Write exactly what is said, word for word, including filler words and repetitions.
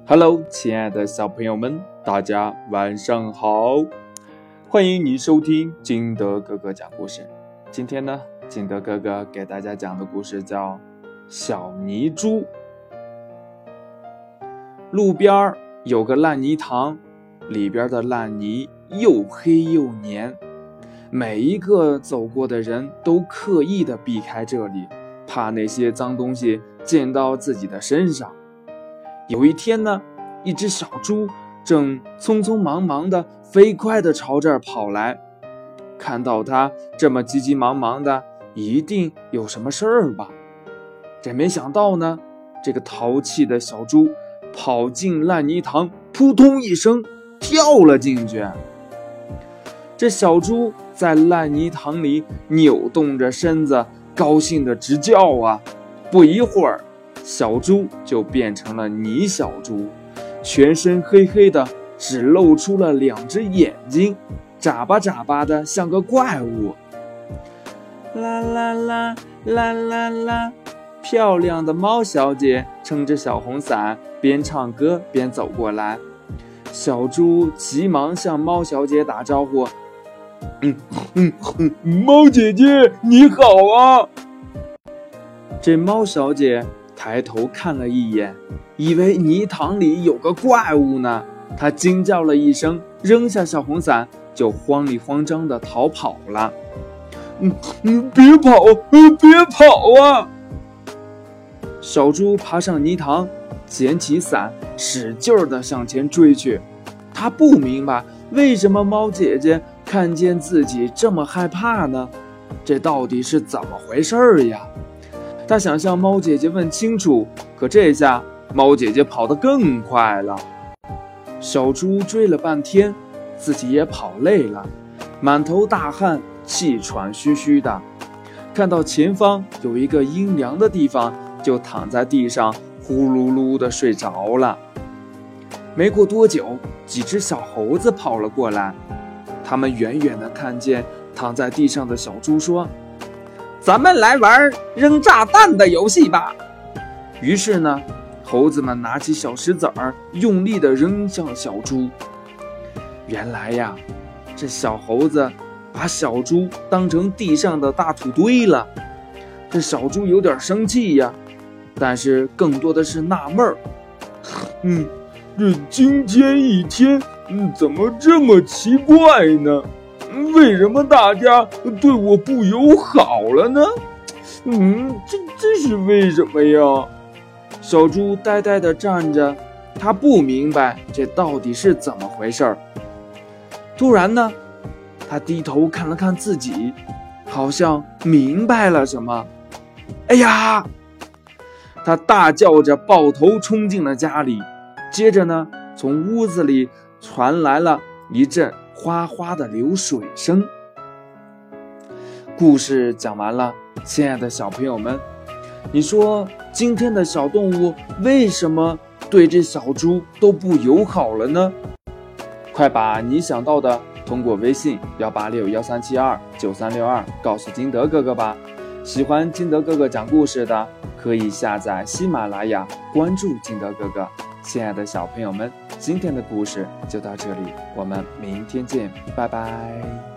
Hello， 亲爱的小朋友们，大家晚上好！欢迎你收听金德哥哥讲故事。今天呢，金德哥哥给大家讲的故事叫《小泥猪》。路边有个烂泥塘，里边的烂泥又黑又黏，每一个走过的人都刻意的避开这里，怕那些脏东西溅到自己的身上。有一天呢，一只小猪正匆匆忙忙的飞快的朝这儿跑来，看到它这么急急忙忙的，一定有什么事儿吧。这没想到呢，这个淘气的小猪跑进烂泥塘，扑通一声跳了进去。这小猪在烂泥塘里扭动着身子，高兴的直叫啊！不一会儿，小猪就变成了泥小猪，全身黑黑的，只露出了两只眼睛，眨巴眨巴的像个怪物。啦啦啦啦啦啦，漂亮的猫小姐撑着小红伞，边唱歌边走过来。小猪急忙向猫小姐打招呼：嗯嗯嗯，猫姐姐你好啊！这猫小姐抬头看了一眼，以为泥塘里有个怪物呢，她惊叫了一声，扔下小红伞，就慌里慌张地逃跑了。嗯嗯，别跑，嗯，别跑啊！小猪爬上泥塘，捡起伞，使劲地向前追去。他不明白为什么猫姐姐看见自己这么害怕呢？这到底是怎么回事呀？他想向猫姐姐问清楚，可这下猫姐姐跑得更快了。小猪追了半天，自己也跑累了，满头大汗，气喘吁吁的。看到前方有一个阴凉的地方，就躺在地上呼噜噜地睡着了。没过多久，几只小猴子跑了过来，他们远远地看见躺在地上的小猪，说：咱们来玩扔炸弹的游戏吧。于是呢，猴子们拿起小石子儿，用力地扔向小猪。原来呀，这小猴子把小猪当成地上的大土堆了。这小猪有点生气呀，但是更多的是纳闷儿。嗯，这今天一天，嗯，怎么这么奇怪呢？为什么大家对我不友好了呢？嗯，这这是为什么呀？小猪呆呆地站着，他不明白这到底是怎么回事。突然呢，他低头看了看自己，好像明白了什么。哎呀！他大叫着抱头冲进了家里，接着呢，从屋子里传来了一阵哗哗的流水声。故事讲完了，亲爱的小朋友们，你说今天的小动物为什么对这小猪都不友好了呢？快把你想到的通过微信幺八六幺三七二九三六二告诉金德哥哥吧。喜欢金德哥哥讲故事的，可以下载喜马拉雅，关注金德哥哥。亲爱的小朋友们，今天的故事就到这里，我们明天见，拜拜。